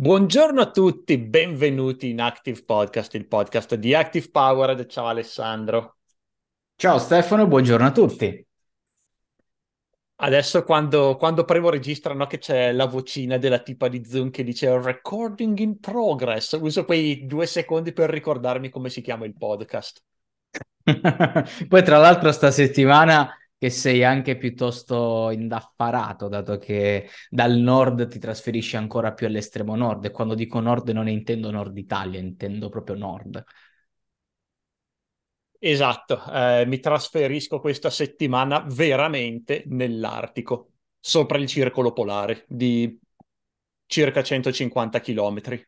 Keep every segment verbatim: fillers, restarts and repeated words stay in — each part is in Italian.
Buongiorno a tutti, benvenuti in Active Podcast, il podcast di Active Powered. Ciao Alessandro. Ciao Stefano, buongiorno a tutti. Adesso quando, quando premo registra, no, che c'è la vocina della tipa di Zoom che dice recording in progress. Uso quei due secondi per ricordarmi come si chiama il podcast. Poi tra l'altro sta settimana che sei anche piuttosto indaffarato, dato che dal nord ti trasferisci ancora più all'estremo nord, e quando dico nord non intendo nord Italia, intendo proprio nord. Esatto, eh, mi trasferisco questa settimana veramente nell'Artico, sopra il circolo polare di circa centocinquanta chilometri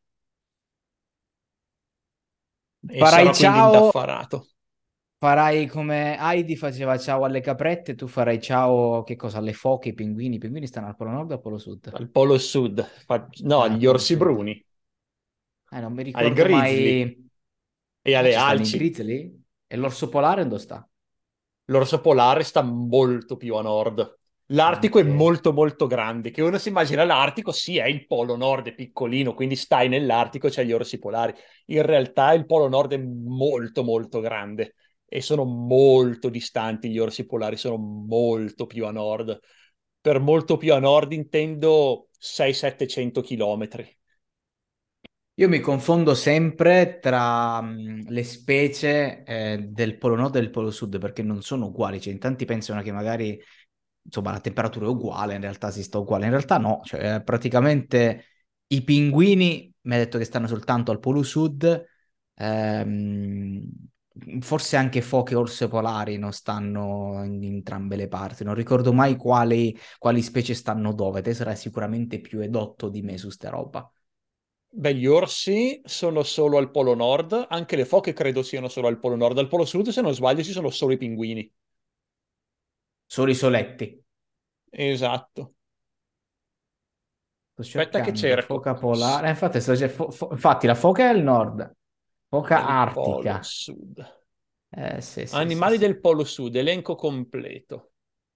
e Farai sarò quindi ciao, indaffarato. farai come Heidi faceva ciao alle caprette, tu farai ciao, che cosa, alle foche, ai pinguini. I pinguini stanno al polo nord o al polo sud? Al Polo Sud, fa- no, Ah, al agli polo orsi sud. bruni, Eh, non mi ai ricordo grizzly mai. e Ah, alle ci stanno i alci. grizzly? E l'orso polare dove sta? L'orso polare sta molto più a nord. L'Artico è Ok. molto molto grande, che uno si immagina l'Artico, sì, è il Polo Nord, è piccolino, quindi stai nell'Artico, c'è gli orsi polari. In realtà il Polo Nord è molto molto grande e sono molto distanti, gli orsi polari sono molto più a nord. Per molto più a nord intendo seicento settecento chilometri. Io mi confondo sempre tra mh, le specie eh, del Polo Nord e del Polo Sud perché non sono uguali. Cioè, in tanti pensano che magari insomma, la temperatura è uguale, in realtà si sta uguale. In realtà no, cioè, praticamente i pinguini mi ha detto che stanno soltanto al Polo Sud, ehm, forse anche foche e orse polari non stanno in entrambe le parti. Non ricordo mai quali, quali specie stanno dove. Te sarai sicuramente più edotto di me su sta roba. Beh, gli orsi sono solo al Polo Nord, anche le foche credo siano solo al Polo Nord. Al Polo Sud, se non sbaglio, ci sono solo i pinguini. Solo i soletti. Esatto. Sto Aspetta che cercando cerco. foca S- polare. Eh, Infatti, sto cer- fo- fo- infatti, la foca è al nord, foca Il Polo artica. Sud. Eh sì, sì, sì, Animali sì. del Polo Sud, elenco completo.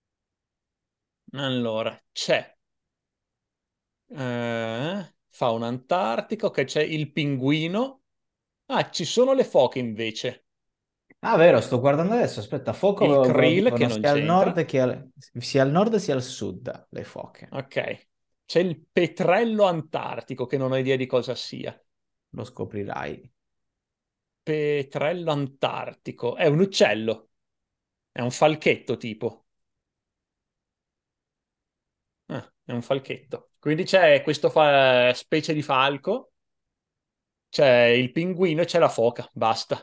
Allora, c'è eh, fauna antartica, ok, c'è il pinguino. Ah, ci sono le foche invece. Ah, vero, sto guardando adesso. Aspetta, foca Il eh, krill che vivono non sia al c'entra. nord che al, sia al nord sia al sud, le foche. Ok. C'è il petrello antartico che non ho idea di cosa sia. Lo scoprirai. Petrello antartico. È un uccello. È un falchetto tipo. Ah, è un falchetto. Quindi c'è questa specie di falco, c'è il pinguino e c'è la foca. Basta.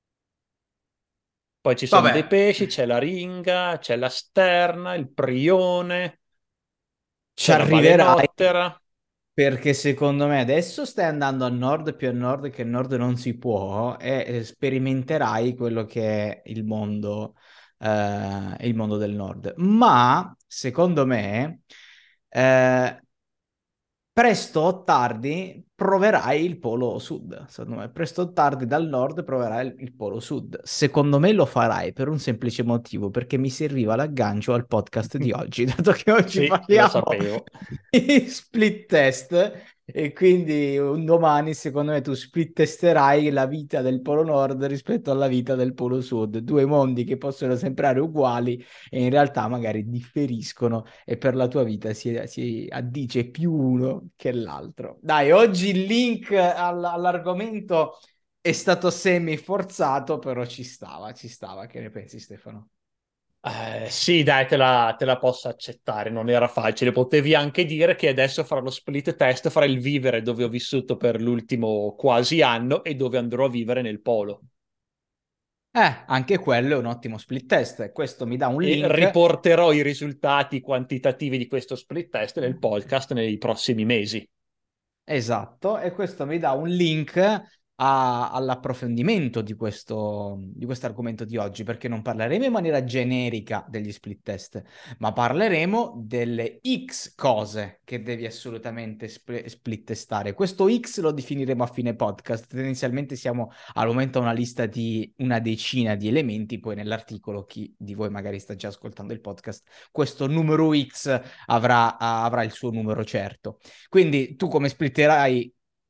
Poi ci sono dei Vabbè, pesci, c'è la ringa, c'è la sterna, il prione, ci c'è la arriverai balenottera. perché secondo me adesso stai andando a nord, più a nord che a nord non si può, e eh, sperimenterai quello che è il mondo, eh, il mondo del nord. Ma secondo me, eh, presto o tardi proverai il polo sud. Secondo me, presto o tardi dal nord proverai il, il polo sud. Secondo me lo farai per un semplice motivo, perché mi serviva l'aggancio al podcast di oggi, dato che oggi Sì, lo parliamo sapevo. di split test. E quindi un domani, secondo me, tu split testerai la vita del Polo Nord rispetto alla vita del Polo Sud, due mondi che possono sembrare uguali e in realtà magari differiscono e per la tua vita si, si addice più uno che l'altro. Dai, oggi il link all- all'argomento è stato semi forzato, però ci stava, ci stava. Che ne pensi, Stefano? Eh, sì, dai, te la, te la posso accettare, non era facile. Potevi anche dire che adesso farò lo split test fra il vivere dove ho vissuto per l'ultimo quasi anno e dove andrò a vivere nel polo. Eh, anche quello è un ottimo split test. E questo mi dà un E link. riporterò i risultati quantitativi di questo split test nel podcast nei prossimi mesi. Esatto, e questo mi dà un link a- all'approfondimento di questo, di questo argomento di oggi, perché non parleremo in maniera generica degli split test, ma parleremo delle X cose che devi assolutamente spl- split testare. Questo X lo definiremo a fine podcast. Tendenzialmente siamo al momento a una lista di una decina di elementi, poi nell'articolo chi di voi magari sta già ascoltando il podcast, questo numero X avrà, avrà il suo numero certo. Quindi tu come splitterai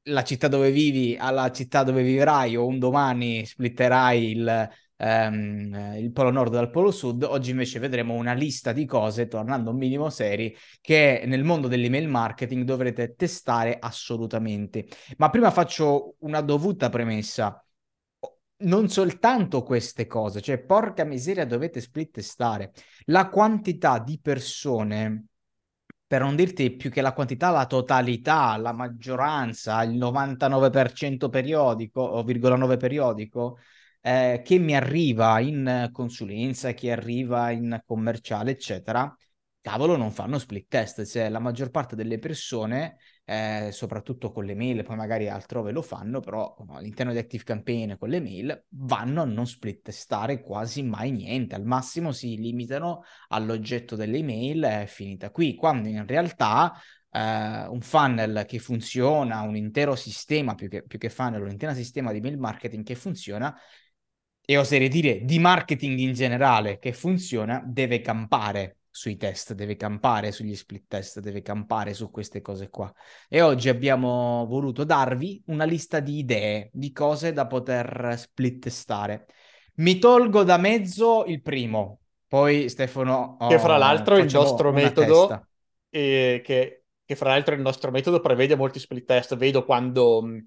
la città dove vivi alla città dove vivrai o un domani splitterai il, ehm, il Polo Nord dal Polo Sud. Oggi invece vedremo una lista di cose, tornando un minimo seri, che nel mondo dell'email marketing dovrete testare assolutamente. Ma prima faccio una dovuta premessa. Non soltanto queste cose, cioè porca miseria dovete split testare. La quantità di persone, per non dirti più che la quantità, la totalità, la maggioranza, il novantanove per cento periodico o virgola nove periodico, eh, che mi arriva in consulenza, che arriva in commerciale, eccetera, cavolo, non fanno split test. Cioè, la maggior parte delle persone, eh, soprattutto con le mail, poi magari altrove lo fanno, però all'interno di Active Campaign con le mail vanno a non split testare quasi mai niente. Al massimo si limitano all'oggetto delle email, è finita qui, quando in realtà eh, un funnel che funziona, un intero sistema, più che, più che funnel, un intero sistema di mail marketing che funziona, e oserei dire di marketing in generale che funziona, deve campare sui test, deve campare sugli split test, deve campare su queste cose qua. E oggi abbiamo voluto darvi una lista di idee, di cose da poter split testare. Mi tolgo da mezzo il primo, poi Stefano, Che fra oh, l'altro il facciamo nostro una testa. metodo, eh, che, che fra l'altro il nostro metodo prevede molti split test. Vedo quando mh,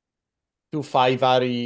tu fai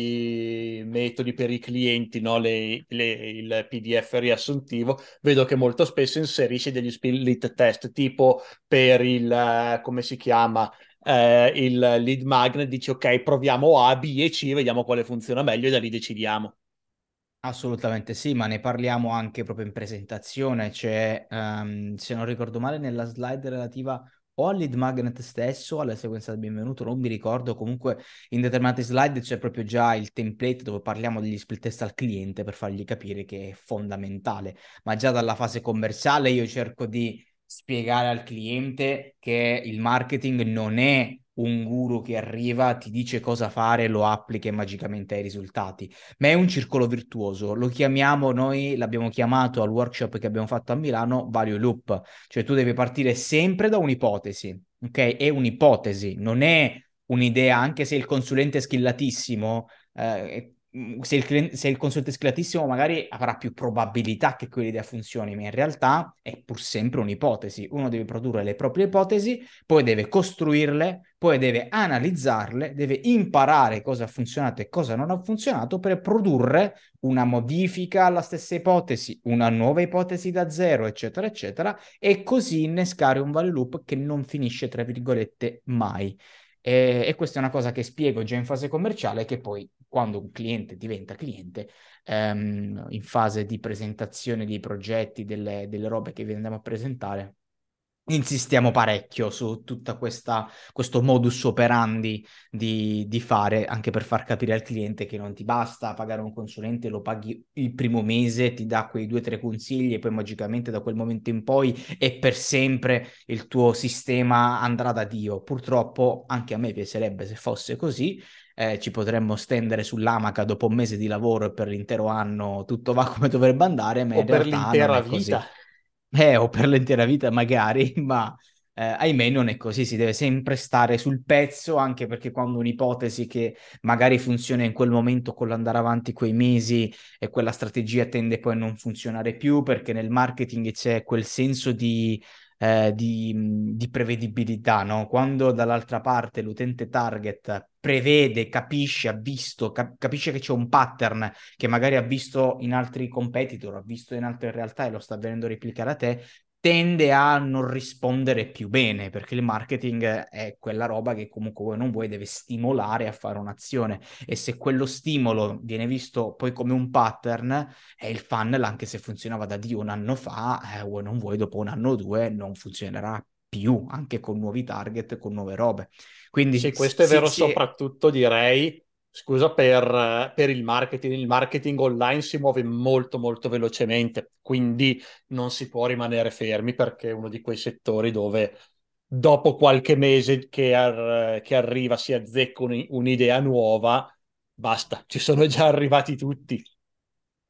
vari metodi per i clienti, no? Le- le- il P D F riassuntivo, vedo che molto spesso inserisci degli split test, tipo per il, eh, come si chiama, eh, il lead magnet, dici ok, proviamo A, B e C, vediamo quale funziona meglio e da lì decidiamo. Assolutamente sì, ma ne parliamo anche proprio in presentazione. C'è, ehm, se non ricordo male, nella slide relativa o al lead magnet stesso, o alla sequenza del benvenuto, non mi ricordo. Comunque, in determinate slide c'è proprio già il template dove parliamo degli split test al cliente per fargli capire che è fondamentale. Ma già dalla fase commerciale io cerco di spiegare al cliente che il marketing non è un guru che arriva, ti dice cosa fare, lo applica e magicamente hai i risultati, ma è un circolo virtuoso. Lo chiamiamo, noi l'abbiamo chiamato al workshop che abbiamo fatto a Milano value loop, cioè tu devi partire sempre da un'ipotesi, ok? È un'ipotesi, non è un'idea, anche se il consulente è skillatissimo, eh, se il, clien- se il consulente è skillatissimo magari avrà più probabilità che quell'idea funzioni, ma in realtà è pur sempre un'ipotesi. Uno deve produrre le proprie ipotesi, poi deve costruirle, poi deve analizzarle, deve imparare cosa ha funzionato e cosa non ha funzionato per produrre una modifica alla stessa ipotesi, una nuova ipotesi da zero, eccetera, eccetera, e così innescare un value loop che non finisce, tra virgolette, mai. E, e questa è una cosa che spiego già in fase commerciale, che poi quando un cliente diventa cliente, ehm, in fase di presentazione dei progetti, delle, delle robe che vi andiamo a presentare, insistiamo parecchio su tutta questa questo modus operandi di, di fare, anche per far capire al cliente che non ti basta pagare un consulente, lo paghi il primo mese, ti dà quei due o tre consigli e poi magicamente da quel momento in poi e per sempre il tuo sistema andrà da Dio. Purtroppo anche a me piacerebbe se fosse così. Eh, ci potremmo stendere sull'amaca dopo un mese di lavoro e per l'intero anno tutto va come dovrebbe andare, ma O in per realtà non l'intera è vita. così. Eh, o per l'intera vita magari, ma eh, ahimè non è così, si deve sempre stare sul pezzo, anche perché quando un'ipotesi che magari funziona in quel momento con l'andare avanti quei mesi e quella strategia tende poi a non funzionare più, perché nel marketing c'è quel senso di, eh, di, mh, di prevedibilità, no? Quando dall'altra parte l'utente target prevede, capisce, ha visto, cap- capisce che c'è un pattern che magari ha visto in altri competitor, ha visto in altre realtà e lo sta venendo a replicare a te, tende a non rispondere più bene, perché il marketing è quella roba che comunque vuoi o non vuoi deve stimolare a fare un'azione, e se quello stimolo viene visto poi come un pattern, è il funnel, anche se funzionava da Dio un anno fa, eh, vuoi o non vuoi, dopo un anno o due non funzionerà più, anche con nuovi target, con nuove robe. Quindi Sì, questo è si, vero si, soprattutto, direi, scusa, per, eh, per il marketing. Il marketing online si muove molto, molto velocemente, quindi non si può rimanere fermi perché è uno di quei settori dove dopo qualche mese che, ar- che arriva si azzecca un- un'idea nuova, basta, ci sono già arrivati tutti.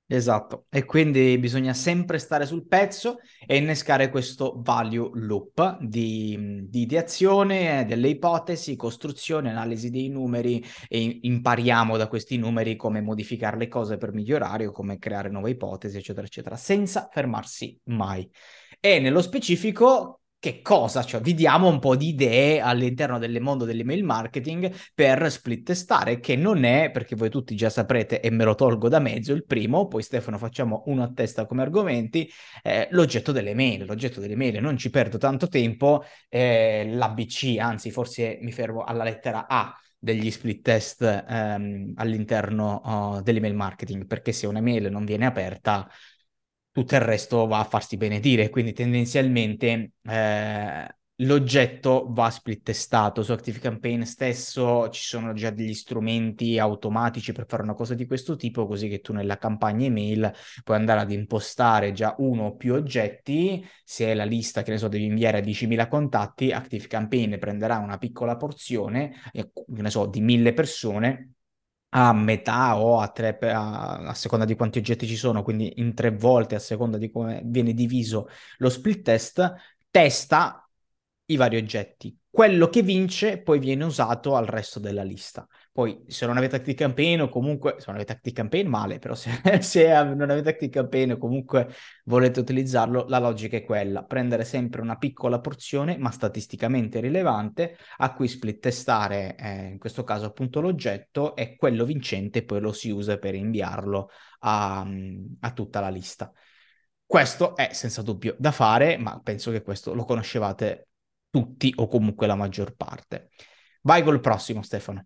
Esatto, e quindi bisogna sempre stare sul pezzo e innescare questo value loop di, di ideazione, delle ipotesi, costruzione, analisi dei numeri e impariamo da questi numeri come modificare le cose per migliorare o come creare nuove ipotesi, eccetera, eccetera, senza fermarsi mai. E nello specifico, che cosa? Cioè, vi diamo un po' di idee all'interno del mondo dell'email marketing per split testare, che non è, perché voi tutti già saprete e me lo tolgo da mezzo, il primo, poi Stefano facciamo uno a testa come argomenti, eh, l'oggetto delle mail. L'oggetto delle mail, non ci perdo tanto tempo, eh, l'A B C, anzi forse mi fermo alla lettera A degli split test ehm, all'interno uh, dell'email marketing, perché se una mail non viene aperta tutto il resto va a farsi benedire, quindi tendenzialmente eh, l'oggetto va split testato. Su ActiveCampaign stesso ci sono già degli strumenti automatici per fare una cosa di questo tipo, così che tu nella campagna email puoi andare ad impostare già uno o più oggetti. Se è la lista, che ne so, devi inviare a diecimila contatti, ActiveCampaign prenderà una piccola porzione, eh, che ne so, di mille persone a metà o a tre, a, a seconda di quanti oggetti ci sono, quindi in tre volte a seconda di come viene diviso lo split test, testa i vari oggetti. Quello che vince poi viene usato al resto della lista. Poi se non avete Active Campaign o comunque, se non avete Active Campaign male, però se, se non avete Active Campaign o comunque volete utilizzarlo, la logica è quella, prendere sempre una piccola porzione, ma statisticamente rilevante, a cui split testare, eh, in questo caso appunto l'oggetto, e quello vincente poi lo si usa per inviarlo a, a tutta la lista. Questo è senza dubbio da fare, ma penso che questo lo conoscevate tutti o comunque la maggior parte. Vai col prossimo, Stefano.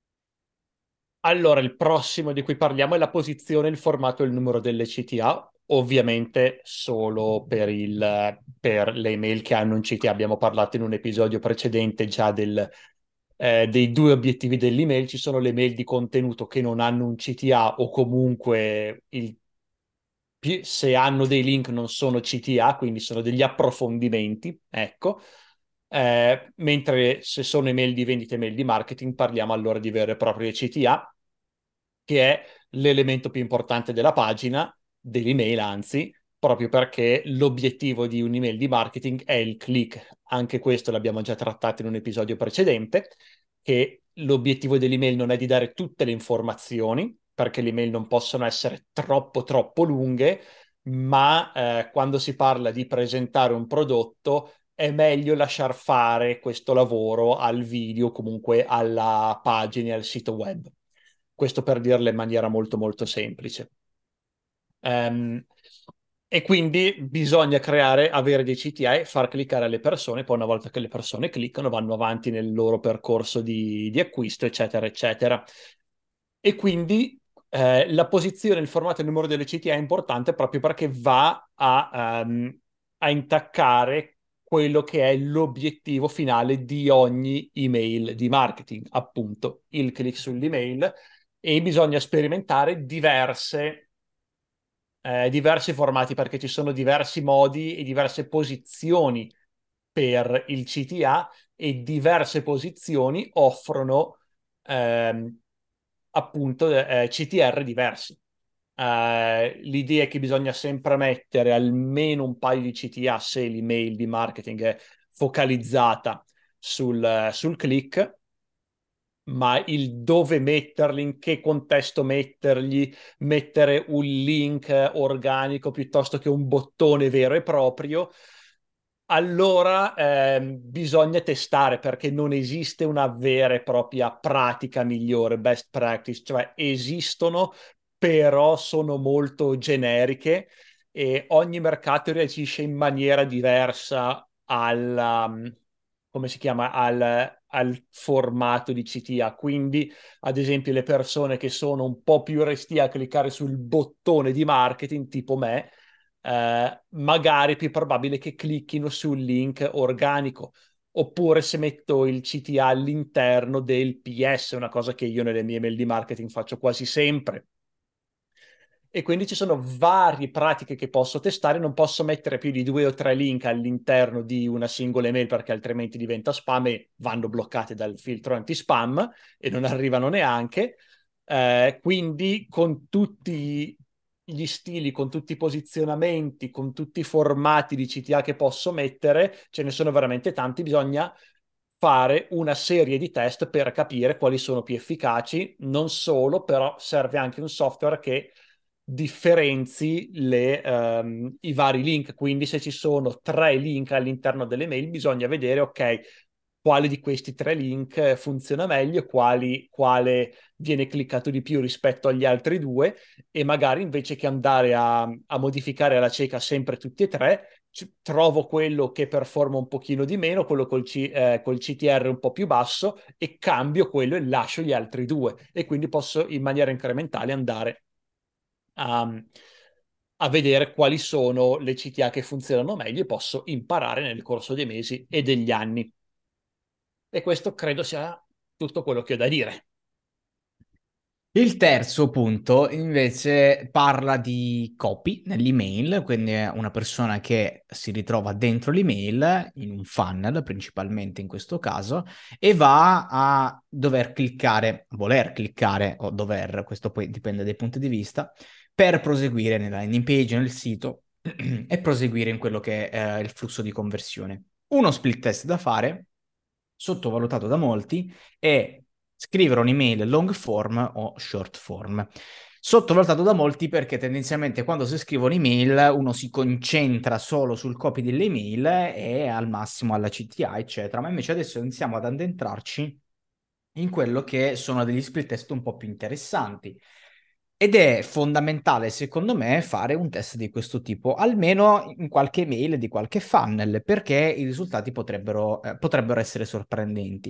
Allora, il prossimo di cui parliamo è la posizione, il formato e il numero delle C T A, ovviamente solo per, il, per le email che hanno un C T A. Abbiamo parlato in un episodio precedente già del, eh, dei due obiettivi dell'email. Ci sono le mail di contenuto che non hanno un C T A o comunque il, se hanno dei link non sono C T A, quindi sono degli approfondimenti, ecco. Eh, mentre se sono email di vendita e email di marketing parliamo allora di vere e proprie C T A, che è l'elemento più importante della pagina, dell'email anzi, proprio perché l'obiettivo di un'email di marketing è il click. Anche questo l'abbiamo già trattato in un episodio precedente, che l'obiettivo dell'email non è di dare tutte le informazioni, perché le email non possono essere troppo troppo lunghe, ma eh, quando si parla di presentare un prodotto è meglio lasciar fare questo lavoro al video, comunque alla pagina e al sito web. Questo per dirla in maniera molto molto semplice. Um, e quindi bisogna creare, avere dei C T I, far cliccare le persone, poi una volta che le persone cliccano vanno avanti nel loro percorso di, di acquisto, eccetera, eccetera. E quindi eh, la posizione, il formato e il numero delle C T I è importante proprio perché va a, um, a intaccare quello che è l'obiettivo finale di ogni email di marketing, appunto il click sull'email, e bisogna sperimentare diverse, eh, diversi formati perché ci sono diversi modi e diverse posizioni per il C T A e diverse posizioni offrono ehm, appunto eh, C T R diversi. Eh, l'idea è che bisogna sempre mettere almeno un paio di C T A se l'email di marketing è focalizzata sul, sul click, ma il dove metterli, in che contesto metterli, mettere un link organico piuttosto che un bottone vero e proprio, allora ehm, bisogna testare perché non esiste una vera e propria pratica migliore, best practice, cioè esistono, però sono molto generiche e ogni mercato reagisce in maniera diversa al, come si chiama, al, al formato di C T A. Quindi, ad esempio, le persone che sono un po' più restie a cliccare sul bottone di marketing, tipo me, eh, magari è più probabile che clicchino sul link organico. Oppure se metto il C T A all'interno del P S, una cosa che io nelle mie mail di marketing faccio quasi sempre. E quindi ci sono varie pratiche che posso testare, non posso mettere più di due o tre link all'interno di una singola email perché altrimenti diventa spam e vanno bloccate dal filtro anti-spam e non arrivano neanche. Eh, quindi con tutti gli stili, con tutti i posizionamenti, con tutti i formati di C T A che posso mettere, ce ne sono veramente tanti, bisogna fare una serie di test per capire quali sono più efficaci. Non solo, però serve anche un software che differenzi le, ehm, i vari link. Quindi se ci sono tre link all'interno delle mail, bisogna vedere, ok, quale di questi tre link eh, funziona meglio, quali, quale viene cliccato di più rispetto agli altri due, e magari invece che andare a, a modificare alla cieca sempre tutti e tre, c- trovo quello che performa un pochino di meno, quello col, C- eh, col C T R un po' più basso, e cambio quello e lascio gli altri due, e quindi posso in maniera incrementale andare a, a vedere quali sono le C T A che funzionano meglio, e posso imparare nel corso dei mesi e degli anni. E questo credo sia tutto quello che ho da dire. Il terzo punto invece parla di copy nell'email, quindi è una persona che si ritrova dentro l'email, in un funnel principalmente in questo caso, e va a dover cliccare, voler cliccare o dover, questo poi dipende dai punti di vista, per proseguire nella landing page, nel sito e proseguire in quello che è il flusso di conversione. Uno split test da fare, sottovalutato da molti, è scrivere un'email long form o short form. Sottovalutato da molti perché tendenzialmente quando si scrive un'email uno si concentra solo sul copy dell'email e al massimo alla C T A, eccetera. Ma invece adesso iniziamo ad addentrarci in quello che sono degli split test un po' più interessanti. Ed è fondamentale, secondo me, fare un test di questo tipo, almeno in qualche mail di qualche funnel, perché i risultati potrebbero, eh, potrebbero essere sorprendenti.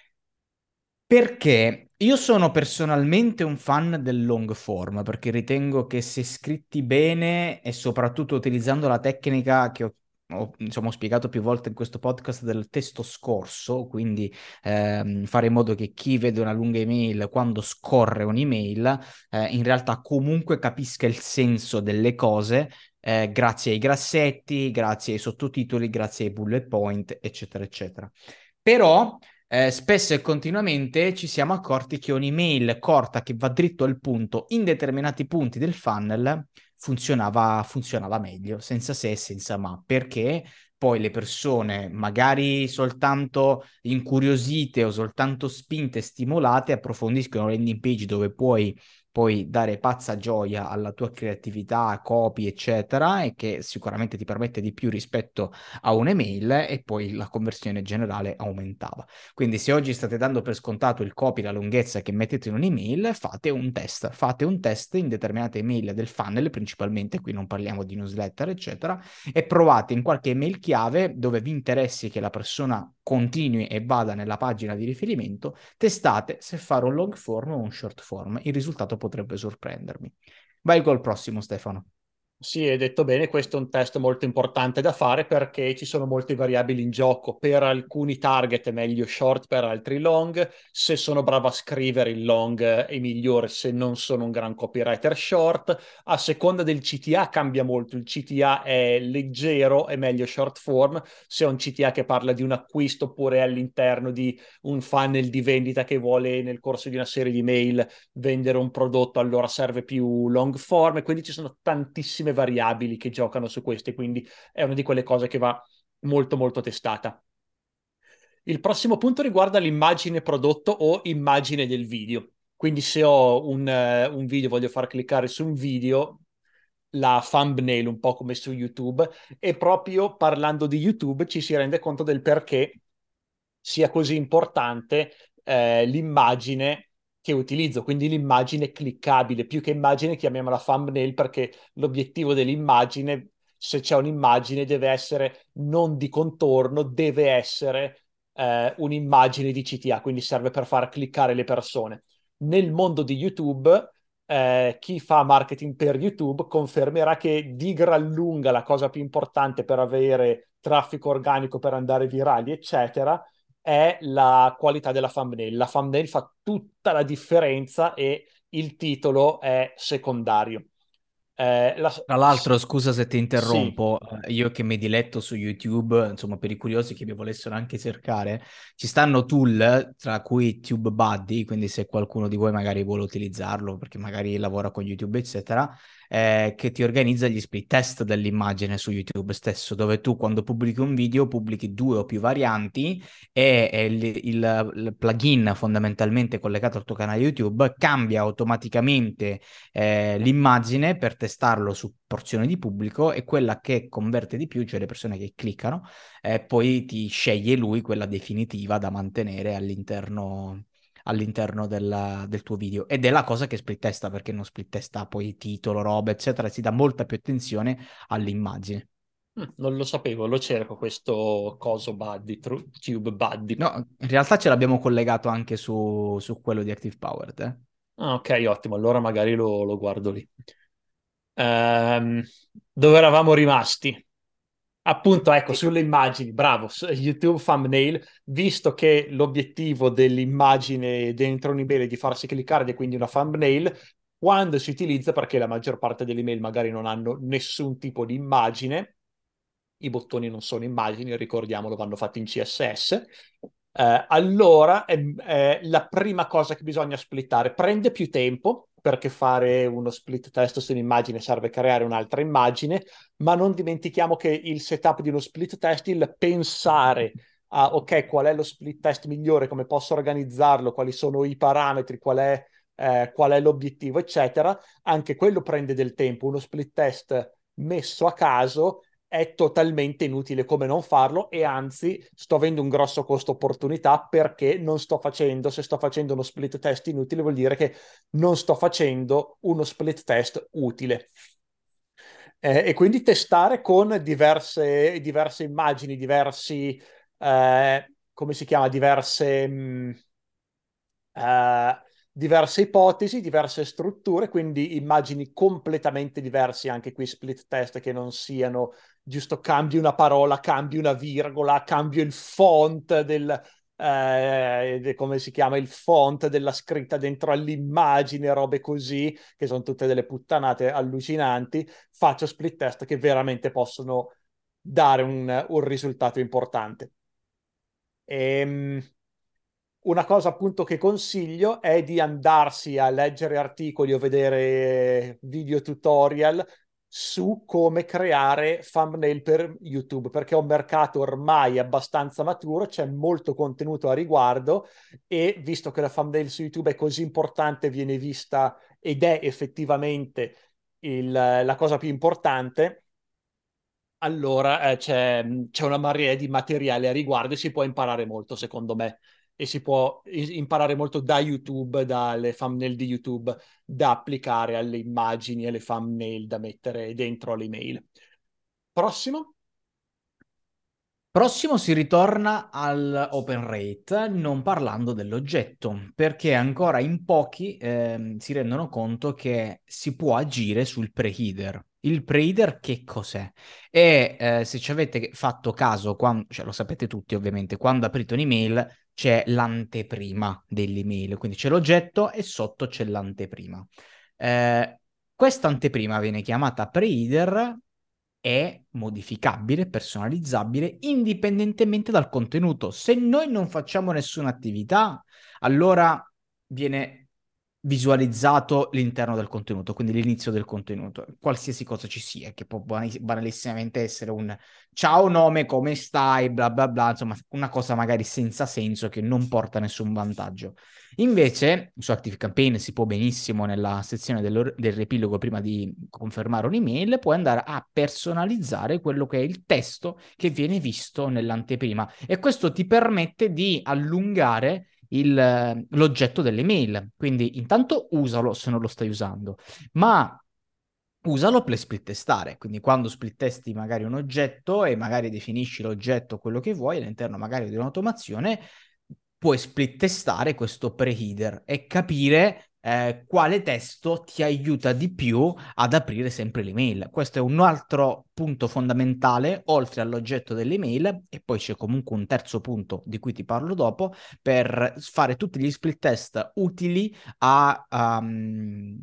Perché io sono personalmente un fan del long form, perché ritengo che se scritti bene e soprattutto utilizzando la tecnica che ho, ho, insomma, ho spiegato più volte in questo podcast del testo scorso, quindi ehm, fare in modo che chi vede una lunga email quando scorre un'email, eh, in realtà comunque capisca il senso delle cose, eh, grazie ai grassetti, grazie ai sottotitoli, grazie ai bullet point, eccetera, eccetera. Però eh, spesso e continuamente ci siamo accorti che un'email corta che va dritto al punto in determinati punti del funnel funzionava, funzionava meglio, senza se e senza ma, perché poi le persone, magari soltanto incuriosite o soltanto spinte e stimolate, approfondiscono le landing page dove puoi poi dare pazza gioia alla tua creatività, copy, eccetera, e che sicuramente ti permette di più rispetto a un'email, e poi la conversione generale aumentava. Quindi se oggi state dando per scontato il copy, la lunghezza che mettete in un'email, fate un test, fate un test in determinate email del funnel, principalmente, qui non parliamo di newsletter, eccetera, e provate in qualche email chiave dove vi interessi che la persona continui e vada nella pagina di riferimento, testate se fare un long form o un short form. Il risultato potrebbe sorprendermi. Vai col prossimo, Stefano. Sì, hai detto bene, questo è un test molto importante da fare perché ci sono molte variabili in gioco. Per alcuni target è meglio short, per altri long. Se sono bravo a scrivere il long eh, è migliore, se non sono un gran copywriter short. A seconda del C T A cambia molto. Il C T A è leggero, è meglio short form. Se è un C T A che parla di un acquisto oppure è all'interno di un funnel di vendita che vuole nel corso di una serie di mail vendere un prodotto, allora serve più long form, e quindi ci sono tantissime variabili che giocano su queste, quindi è una di quelle cose che va molto molto testata. Il prossimo punto riguarda l'immagine prodotto o immagine del video. Quindi se ho un, eh, un video, voglio far cliccare su un video, la thumbnail, un po' come su YouTube, e proprio parlando di YouTube ci si rende conto del perché sia così importante eh, l'immagine che utilizzo, quindi l'immagine cliccabile, più che immagine chiamiamola thumbnail, perché l'obiettivo dell'immagine, se c'è un'immagine, deve essere non di contorno, deve essere eh, un'immagine di C T A, quindi serve per far cliccare le persone. Nel mondo di YouTube, eh, chi fa marketing per YouTube confermerà che di gran lunga la cosa più importante per avere traffico organico, per andare virali, eccetera, è la qualità della thumbnail. La thumbnail fa tutta la differenza e il titolo è secondario. Eh, la- Tra l'altro, scusa se ti sì. interrompo, eh, io che mi diletto su YouTube, insomma, per i curiosi che mi volessero anche cercare, ci stanno tool, eh, tra cui TubeBuddy, quindi se qualcuno di voi magari vuole utilizzarlo, perché magari lavora con YouTube, eccetera, eh, che ti organizza gli split test dell'immagine su YouTube stesso, dove tu quando pubblichi un video pubblichi due o più varianti e, e il, il- il plugin fondamentalmente collegato al tuo canale YouTube cambia automaticamente eh, l'immagine per testarlo su porzioni di pubblico e quella che converte di più, cioè le persone che cliccano, eh, poi ti sceglie lui quella definitiva da mantenere all'interno all'interno del, del tuo video. Ed è la cosa che split testa, perché non split testa poi titolo, roba, eccetera, si dà molta più attenzione all'immagine. Mm, non lo sapevo, lo cerco questo coso Buddy, Tru- Tube Buddy. No, in realtà ce l'abbiamo collegato anche su, su quello di Active Powered, eh. Ah, ok, ottimo, allora magari lo, lo guardo lì. Ehm, dove eravamo rimasti? Appunto, ecco, E- sulle immagini, bravo, su YouTube thumbnail, visto che l'obiettivo dell'immagine dentro un'email è di farsi cliccare ed è quindi una thumbnail, quando si utilizza, perché la maggior parte delle email magari non hanno nessun tipo di immagine, i bottoni non sono immagini, ricordiamolo, vanno fatti in C S S, eh, allora è, è la prima cosa che bisogna splittare. Prende più tempo, perché fare uno split test su un'immagine serve creare un'altra immagine, ma non dimentichiamo che il setup di uno split test, il pensare a ok, qual è lo split test migliore, come posso organizzarlo, quali sono i parametri, qual è, eh, qual è l'obiettivo, eccetera, anche quello prende del tempo. Uno split test messo a caso è totalmente inutile come non farlo e anzi sto avendo un grosso costo opportunità perché non sto facendo, se sto facendo uno split test inutile vuol dire che non sto facendo uno split test utile. Eh, e quindi testare con diverse, diverse immagini, diversi, eh, come si chiama, diverse, mh, eh, diverse ipotesi, diverse strutture, quindi immagini completamente diverse, anche qui split test che non siano giusto cambi una parola, cambi una virgola, cambio il font del, eh, de- come si chiama, il font della scritta dentro all'immagine, robe così, che sono tutte delle puttanate allucinanti, faccio split test che veramente possono dare un, un risultato importante. Ehm, una cosa appunto che consiglio è di andarsi a leggere articoli o vedere video tutorial su come creare thumbnail per YouTube, perché è un mercato ormai abbastanza maturo, c'è molto contenuto a riguardo e visto che la thumbnail su YouTube è così importante, viene vista ed è effettivamente il- la cosa più importante, allora eh, c'è c'è una marea di materiale a riguardo e si può imparare molto, secondo me. E si può i- imparare molto da YouTube, dalle thumbnail di YouTube, da applicare alle immagini e alle thumbnail da mettere dentro alle email. Prossimo? Prossimo si ritorna al open rate, non parlando dell'oggetto, perché ancora in pochi ehm, si rendono conto che si può agire sul preheader. Il preheader che cos'è? E eh, se ci avete fatto caso, quando, cioè lo sapete tutti ovviamente, quando aprite un'email c'è l'anteprima dell'email, quindi c'è l'oggetto e sotto c'è l'anteprima. Eh, Questa anteprima viene chiamata preheader, è modificabile, personalizzabile, indipendentemente dal contenuto. Se noi non facciamo nessuna attività, allora viene visualizzato l'interno del contenuto, quindi l'inizio del contenuto, qualsiasi cosa ci sia, che può banalissimamente essere un ciao nome, come stai, bla bla bla, insomma, una cosa magari senza senso che non porta nessun vantaggio. Invece, su ActiveCampaign si può benissimo, nella sezione del, del riepilogo, prima di confermare un'email, puoi andare a personalizzare quello che è il testo che viene visto nell'anteprima e questo ti permette di allungare il, l'oggetto dell'email. Quindi intanto usalo se non lo stai usando, ma usalo per split testare, quindi quando split testi magari un oggetto e magari definisci l'oggetto quello che vuoi all'interno magari di un'automazione, puoi split testare questo preheader e capire eh, quale testo ti aiuta di più ad aprire sempre l'email. Questo è un altro punto fondamentale, oltre all'oggetto dell'email, e poi c'è comunque un terzo punto di cui ti parlo dopo, per fare tutti gli split test utili a, um,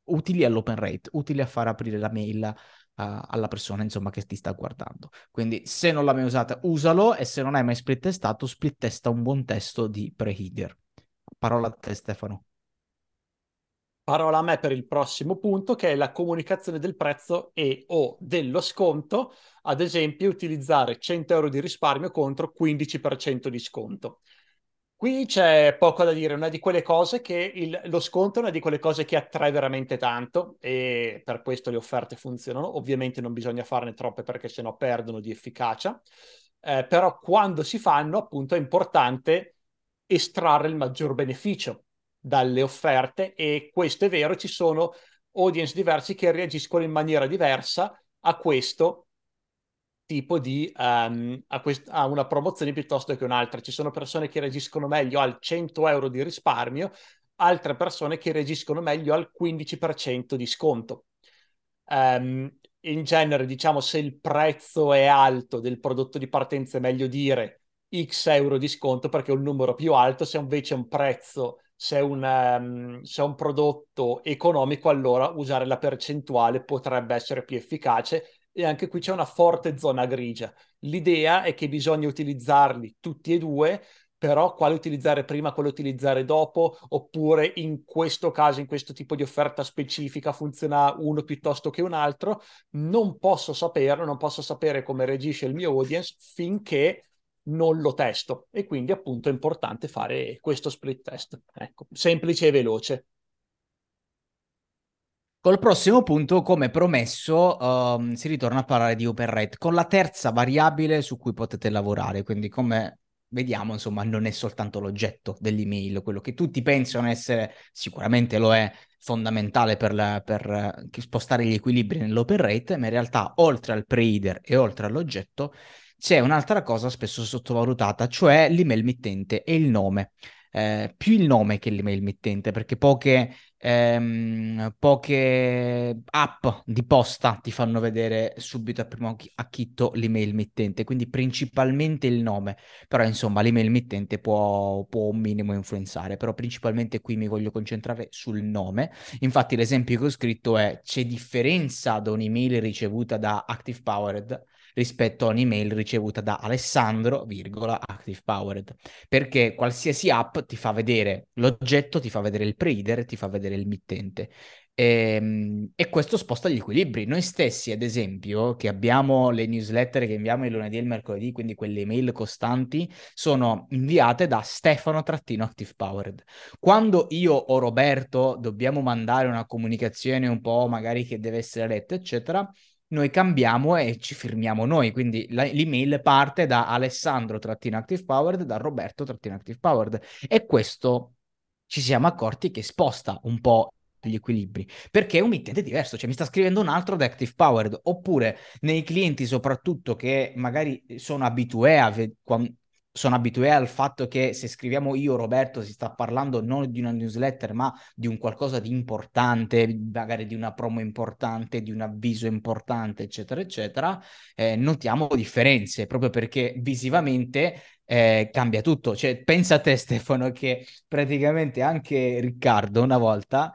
utili all'open rate, utili a far aprire la mail uh, alla persona, insomma, che ti sta guardando. Quindi se non l'hai mai usata, usalo, e se non hai mai split testato, split testa un buon testo di pre-header. Parola a te, Stefano. Parola a me per il prossimo punto, che è la comunicazione del prezzo e o dello sconto, ad esempio utilizzare cento euro di risparmio contro quindici per cento di sconto. Qui c'è poco da dire, una di quelle cose che il- lo sconto è una di quelle cose che attrae veramente tanto e per questo le offerte funzionano. Ovviamente non bisogna farne troppe perché sennò perdono di efficacia. Eh, però quando si fanno, appunto, è importante estrarre il maggior beneficio dalle offerte, e questo è vero, ci sono audience diversi che reagiscono in maniera diversa a questo tipo di um, a, quest- a una promozione piuttosto che un'altra. Ci sono persone che reagiscono meglio al cento euro di risparmio, altre persone che reagiscono meglio al quindici per cento di sconto. Um, in genere, diciamo, se il prezzo è alto del prodotto di partenza, è meglio dire X euro di sconto perché è un numero più alto. Se invece è un prezzo, se è un, um, se è un prodotto economico, allora usare la percentuale potrebbe essere più efficace, e anche qui c'è una forte zona grigia. L'idea è che bisogna utilizzarli tutti e due, però quale utilizzare prima, quale utilizzare dopo, oppure in questo caso, in questo tipo di offerta specifica, funziona uno piuttosto che un altro, non posso saperlo, non posso sapere come reagisce il mio audience finché non lo testo, e quindi appunto è importante fare questo split test. Ecco, semplice e veloce. Col prossimo punto, come promesso, um, si ritorna a parlare di open rate con la terza variabile su cui potete lavorare. Quindi, come vediamo, insomma, non è soltanto l'oggetto dell'email, quello che tutti pensano essere, sicuramente lo è, fondamentale per, la, per eh, spostare gli equilibri nell'open rate, ma in realtà, oltre al pre-header e oltre all'oggetto, c'è un'altra cosa spesso sottovalutata, cioè l'email mittente e il nome. Eh, più il nome che l'email mittente, perché poche ehm, poche app di posta ti fanno vedere subito a primo acchi- acchitto l'email mittente, quindi principalmente il nome, però insomma l'email mittente può, può un minimo influenzare, però principalmente qui mi voglio concentrare sul nome. Infatti l'esempio che ho scritto è: c'è differenza da un'email ricevuta da Active Powered rispetto a un'email ricevuta da Alessandro, virgola, Active Powered, perché qualsiasi app ti fa vedere l'oggetto, ti fa vedere il pre-header, ti fa vedere il mittente. E, e questo sposta gli equilibri. Noi stessi, ad esempio, che abbiamo le newsletter che inviamo il lunedì e il mercoledì, quindi quelle email costanti, sono inviate da Stefano-Active Powered. Quando io o Roberto dobbiamo mandare una comunicazione un po' magari che deve essere letta, eccetera, noi cambiamo e ci firmiamo noi, quindi la- l'email parte da Alessandro-Active Powered, da Roberto-Active Powered, e questo ci siamo accorti che sposta un po' gli equilibri, perché è un mittente diverso, cioè mi sta scrivendo un altro da Active Powered, oppure nei clienti soprattutto che magari sono abitué a ve- quan- sono abitué al fatto che se scriviamo io Roberto si sta parlando non di una newsletter ma di un qualcosa di importante, magari di una promo importante, di un avviso importante, eccetera, eccetera. Eh, notiamo differenze proprio perché visivamente eh, cambia tutto. Cioè, pensa a te, Stefano, che praticamente anche Riccardo una volta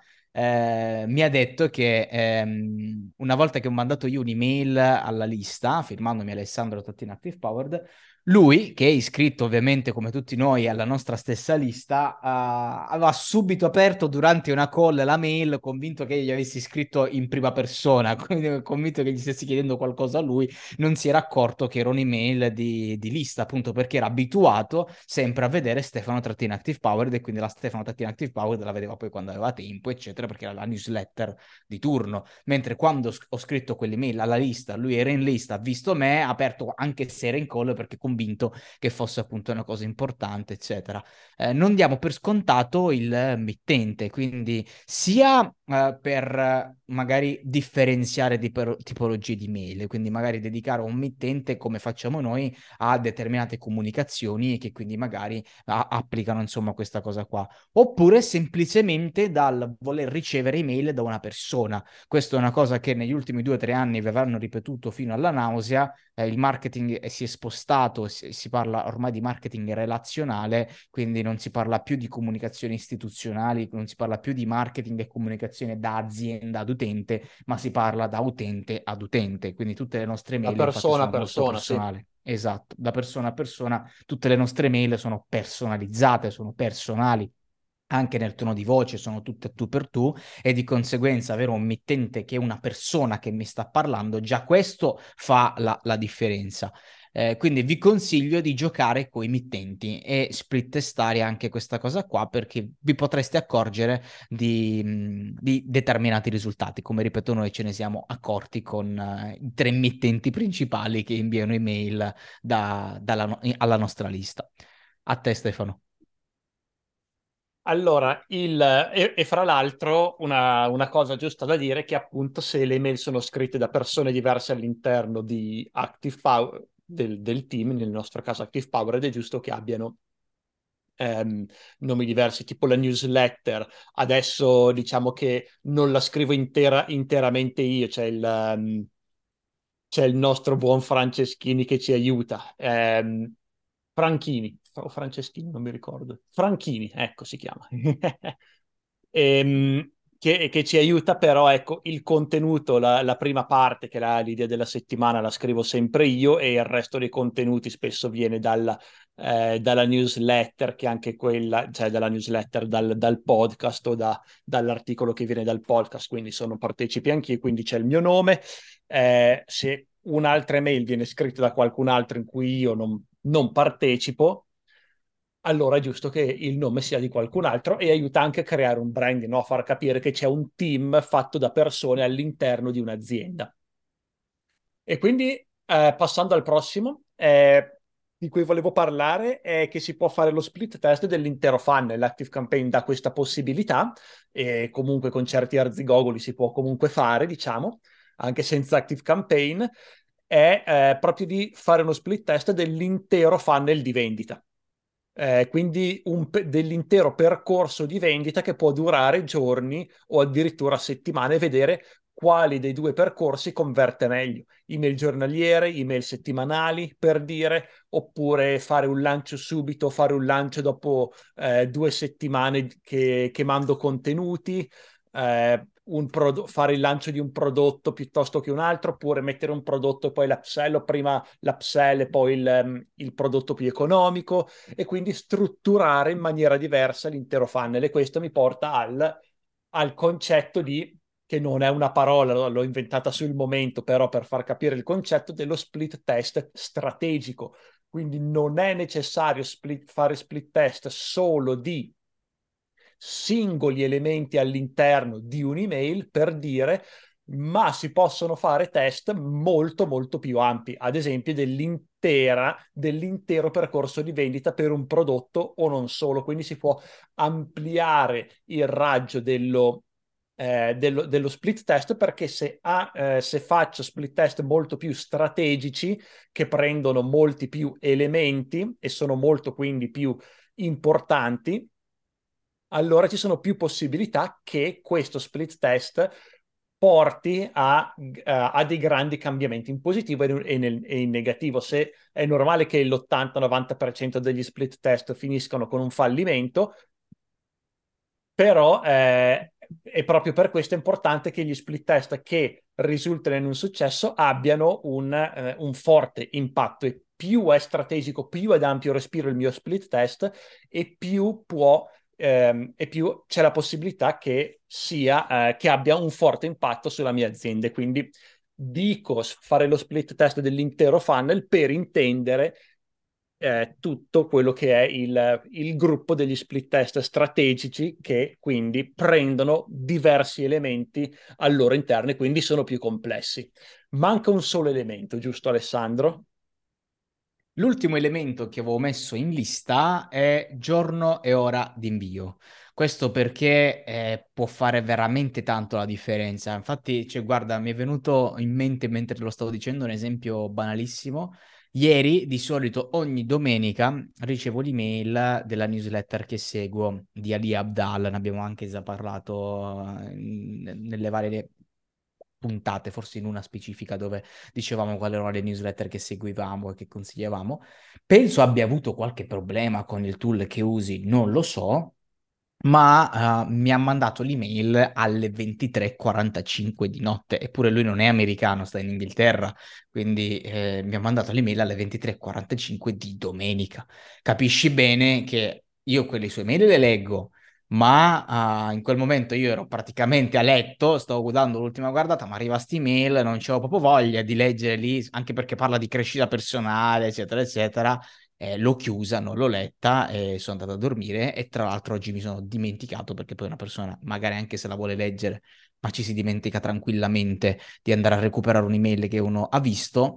eh, mi ha detto che ehm, una volta che ho mandato io un'email alla lista, firmandomi Alessandro Tattina Active Powered, lui, che è iscritto ovviamente come tutti noi alla nostra stessa lista, uh, aveva subito aperto durante una call la mail, convinto che io gli avessi scritto in prima persona, quindi convinto che gli stessi chiedendo qualcosa a lui. Non si era accorto che era un'email di, di lista, appunto perché era abituato sempre a vedere Stefano Trattina Active Powered, e quindi la Stefano Trattina Active Powered la vedeva poi quando aveva tempo, eccetera, perché era la newsletter di turno. Mentre quando ho scritto quell'email alla lista, lui era in lista, ha visto me, ha aperto anche se era in call perché convinto che fosse appunto una cosa importante, eccetera. Eh, non diamo per scontato il mittente, quindi sia eh, per eh, magari differenziare di per- tipologie di mail, quindi magari dedicare un mittente come facciamo noi a determinate comunicazioni che quindi magari a- applicano insomma questa cosa qua, oppure semplicemente dal voler ricevere email da una persona. Questa è una cosa che negli ultimi due o tre anni vi avranno ripetuto fino alla nausea. eh, il marketing eh, si è spostato, si, si parla ormai di marketing relazionale, quindi non si parla più di comunicazioni istituzionali, non si parla più di marketing e comunicazione da azienda ad utente, ma si parla da utente ad utente, quindi tutte le nostre Da mail infatti persona a sono molto persona, sì. personali. Esatto, da persona a persona, tutte le nostre mail sono personalizzate, sono personali anche nel tono di voce, sono tutte tu per tu, e di conseguenza avere un mittente che è una persona che mi sta parlando, già questo fa la, la differenza. Eh, quindi vi consiglio di giocare con i mittenti e split testare anche questa cosa qua, perché vi potreste accorgere di, mh, di determinati risultati. Come ripeto, noi ce ne siamo accorti con eh, i tre mittenti principali che inviano email da, dalla no- alla nostra lista. A te, Stefano. Allora, il, e, e fra l'altro una, una cosa giusta da dire è che appunto se le email sono scritte da persone diverse all'interno di Active Power, del, del team, nel nostro caso Active Power, ed è giusto che abbiano ehm, nomi diversi, tipo la newsletter. Adesso diciamo che non la scrivo intera, interamente io, c'è il, ehm, c'è il nostro buon Franceschini che ci aiuta. Ehm, Franchini, o Franceschini, non mi ricordo. Franchini, ecco, si chiama. Ehm, che, che ci aiuta, però ecco, il contenuto, la, la prima parte, che era l'idea della settimana, la scrivo sempre io, e il resto dei contenuti spesso viene dalla, eh, dalla newsletter, che anche quella, cioè dalla newsletter, dal, dal podcast o da, dall'articolo che viene dal podcast, quindi sono partecipi anch'io, quindi c'è il mio nome. Eh, se un'altra email viene scritta da qualcun altro in cui io non, non partecipo, allora è giusto che il nome sia di qualcun altro, e aiuta anche a creare un branding, no? A far capire che c'è un team fatto da persone all'interno di un'azienda. E quindi, eh, passando al prossimo, eh, di cui volevo parlare, è che si può fare lo split test dell'intero funnel. L'Active Campaign dà questa possibilità, e comunque con certi arzigogoli si può comunque fare, diciamo, anche senza Active Campaign, è eh, proprio di fare uno split test dell'intero funnel di vendita. Eh, quindi un pe- dell'intero percorso di vendita, che può durare giorni o addirittura settimane, e vedere quali dei due percorsi converte meglio. Email giornaliere, email settimanali, per dire, oppure fare un lancio subito, fare un lancio dopo eh, due settimane che, che mando contenuti, eh, un prodo- fare il lancio di un prodotto piuttosto che un altro, oppure mettere un prodotto e poi l'upsell, o prima l'upsell e poi il, ehm, il prodotto più economico, e quindi strutturare in maniera diversa l'intero funnel. E questo mi porta al, al concetto di, che non è una parola, l'ho inventata sul momento, però per far capire il concetto dello split test strategico. Quindi non è necessario split, fare split test solo di singoli elementi all'interno di un'email, per dire, ma si possono fare test molto molto più ampi, ad esempio dell'intera, dell'intero percorso di vendita per un prodotto o non solo. Quindi si può ampliare il raggio dello, eh, dello, dello split test, perché se, ha, eh, se faccio split test molto più strategici, che prendono molti più elementi e sono molto quindi più importanti, allora ci sono più possibilità che questo split test porti a, a- a dei grandi cambiamenti in positivo e in, e nel- e in negativo. Se è normale che l'ottanta-novanta per cento degli split test finiscono con un fallimento, però eh, è proprio per questo importante che gli split test che risultano in un successo abbiano un, eh, un forte impatto, e più è strategico, più è ad ampio respiro il mio split test, e più può, ehm, e più c'è la possibilità che sia, eh, che abbia un forte impatto sulla mia azienda. Quindi dico fare lo split test dell'intero funnel per intendere eh, tutto quello che è il, il gruppo degli split test strategici, che quindi prendono diversi elementi al loro interno e quindi sono più complessi. Manca un solo elemento, giusto Alessandro? L'ultimo elemento che avevo messo in lista è giorno e ora di invio. Questo perché eh, può fare veramente tanto la differenza. Infatti, cioè, guarda, mi è venuto in mente mentre lo stavo dicendo un esempio banalissimo. Ieri, di solito, ogni domenica ricevo l'email della newsletter che seguo di Ali Abdal. Ne abbiamo anche già parlato eh, in- nelle varie puntate, forse in una specifica dove dicevamo quali erano le newsletter che seguivamo e che consigliavamo. Penso abbia avuto qualche problema con il tool che usi, non lo so, ma uh, mi ha mandato l'email alle ventitré e quarantacinque di notte, eppure lui non è americano, sta in Inghilterra, quindi eh, mi ha mandato l'email alle ventitré e quarantacinque di domenica. Capisci bene che io quelle sue mail le leggo, ma uh, in quel momento io ero praticamente a letto, stavo dando l'ultima guardata, ma arriva sta email, non c'avevo proprio voglia di leggere lì, anche perché parla di crescita personale, eccetera, eccetera. Eh, l'ho chiusa, non l'ho letta e sono andato a dormire e tra l'altro oggi mi sono dimenticato perché poi una persona, magari anche se la vuole leggere, ma ci si dimentica tranquillamente di andare a recuperare un'email che uno ha visto.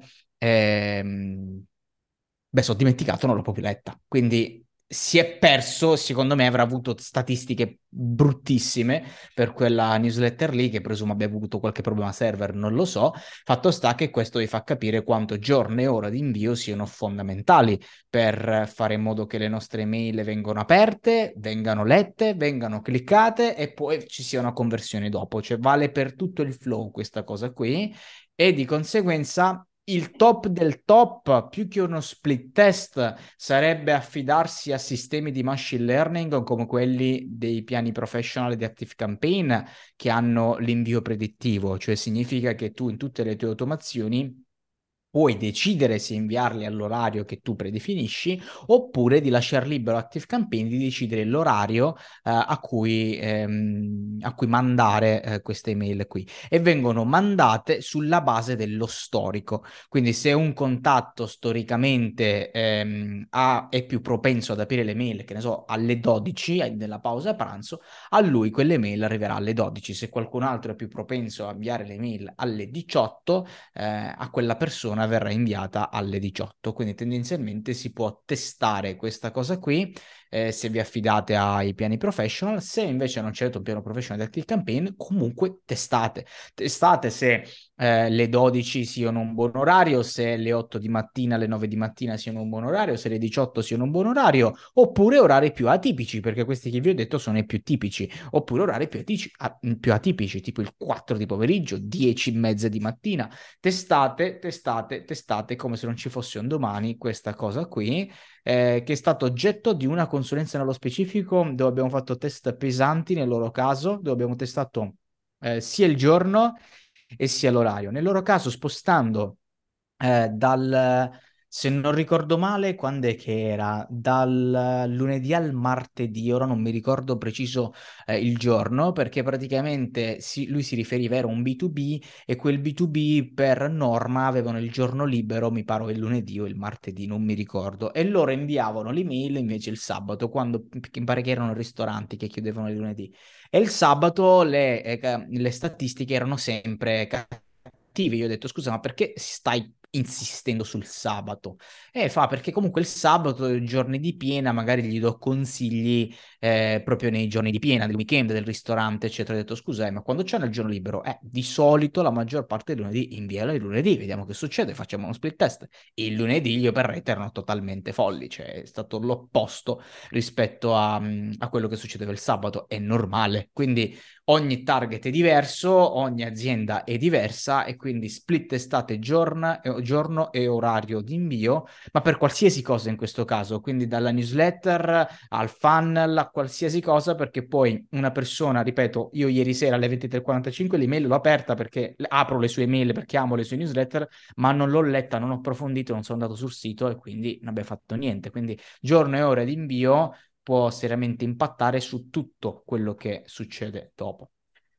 Ehm, Beh, sono dimenticato, non l'ho proprio letta. Quindi si è perso, secondo me avrà avuto statistiche bruttissime per quella newsletter lì, che presumo abbia avuto qualche problema server, non lo so. Fatto sta che questo vi fa capire quanto giorno e ora di invio siano fondamentali per fare in modo che le nostre email vengano aperte, vengano lette, vengano cliccate e poi ci sia una conversione dopo. Cioè vale per tutto il flow questa cosa qui e di conseguenza il top del top, più che uno split test, sarebbe affidarsi a sistemi di machine learning come quelli dei piani professional di ActiveCampaign che hanno l'invio predittivo, cioè significa che tu in tutte le tue automazioni puoi decidere se inviarli all'orario che tu predefinisci oppure di lasciare libero ActiveCampaign di decidere l'orario eh, a cui, ehm, a cui mandare eh, queste email qui e vengono mandate sulla base dello storico. Quindi se un contatto storicamente ehm, ha, è più propenso ad aprire le mail, che ne so, alle dodici eh, nella pausa pranzo, a lui quelle mail arriverà alle dodici. Se qualcun altro è più propenso a inviare le mail alle diciotto, eh, a quella persona verrà inviata alle diciotto. Quindi tendenzialmente si può testare questa cosa qui eh, se vi affidate ai piani professional. Se invece non c'è un piano professional di ActiveCampaign, comunque testate. Testate se eh, le dodici siano un buon orario, se le otto di mattina, le nove di mattina siano un buon orario, se le diciotto siano un buon orario, oppure orari più atipici, perché questi che vi ho detto sono i più tipici, oppure orari più atipici, più atipici tipo il quattro di pomeriggio, dieci e mezza di mattina. Testate, testate, testate come se non ci fosse un domani questa cosa qui, eh, che è stato oggetto di una consulenza nello specifico dove abbiamo fatto test pesanti nel loro caso, dove abbiamo testato eh, sia il giorno e sia l'orario. Nel loro caso spostando eh, dal, se non ricordo male, quando è che era? Dal lunedì al martedì, ora non mi ricordo preciso eh, il giorno, perché praticamente si- lui si riferiva, era un B due B e quel B due B per norma avevano il giorno libero, mi pare il lunedì o il martedì, non mi ricordo, e loro inviavano l'email invece il sabato, quando mi pare che erano ristoranti che chiudevano il lunedì. E il sabato le, eh, le statistiche erano sempre cattive. Io ho detto, scusa, ma perché stai insistendo sul sabato? E fa, perché comunque il sabato, i giorni di piena, magari gli do consigli eh, proprio nei giorni di piena, del weekend, del ristorante, eccetera. Ho detto, scusa, eh, ma quando c'hanno il giorno libero, eh, di solito la maggior parte del lunedì, inviala il lunedì, vediamo che succede, facciamo uno split test. Il lunedì gli operai erano totalmente folli, cioè è stato l'opposto rispetto a, a quello che succedeva il sabato, è normale. Quindi ogni target è diverso, ogni azienda è diversa e quindi split testate giorno, giorno e orario di invio, ma per qualsiasi cosa in questo caso, quindi dalla newsletter al funnel a qualsiasi cosa, perché poi una persona, ripeto, io ieri sera alle ventitré e quarantacinque l'email l'ho aperta perché apro le sue email, perché amo le sue newsletter, ma non l'ho letta, non ho approfondito, non sono andato sul sito e quindi non abbiamo fatto niente. Quindi giorno e ora di invio può seriamente impattare su tutto quello che succede dopo.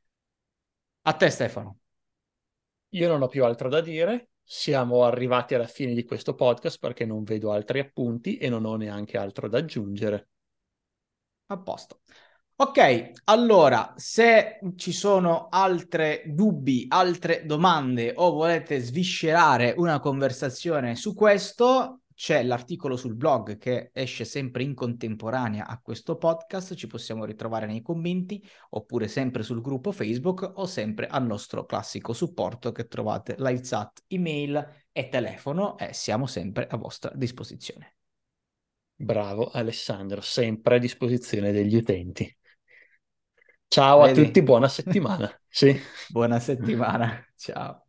A te, Stefano. Io non ho più altro da dire. Siamo arrivati alla fine di questo podcast perché non vedo altri appunti e non ho neanche altro da aggiungere. A posto. Ok, allora, se ci sono altri dubbi, altre domande o volete sviscerare una conversazione su questo, c'è l'articolo sul blog che esce sempre in contemporanea a questo podcast, ci possiamo ritrovare nei commenti oppure sempre sul gruppo Facebook o sempre al nostro classico supporto che trovate live chat, email e telefono e siamo sempre a vostra disposizione. Bravo Alessandro, sempre a disposizione degli utenti. Ciao a tutti, Vedi? buona settimana. Sì. Buona settimana. Ciao.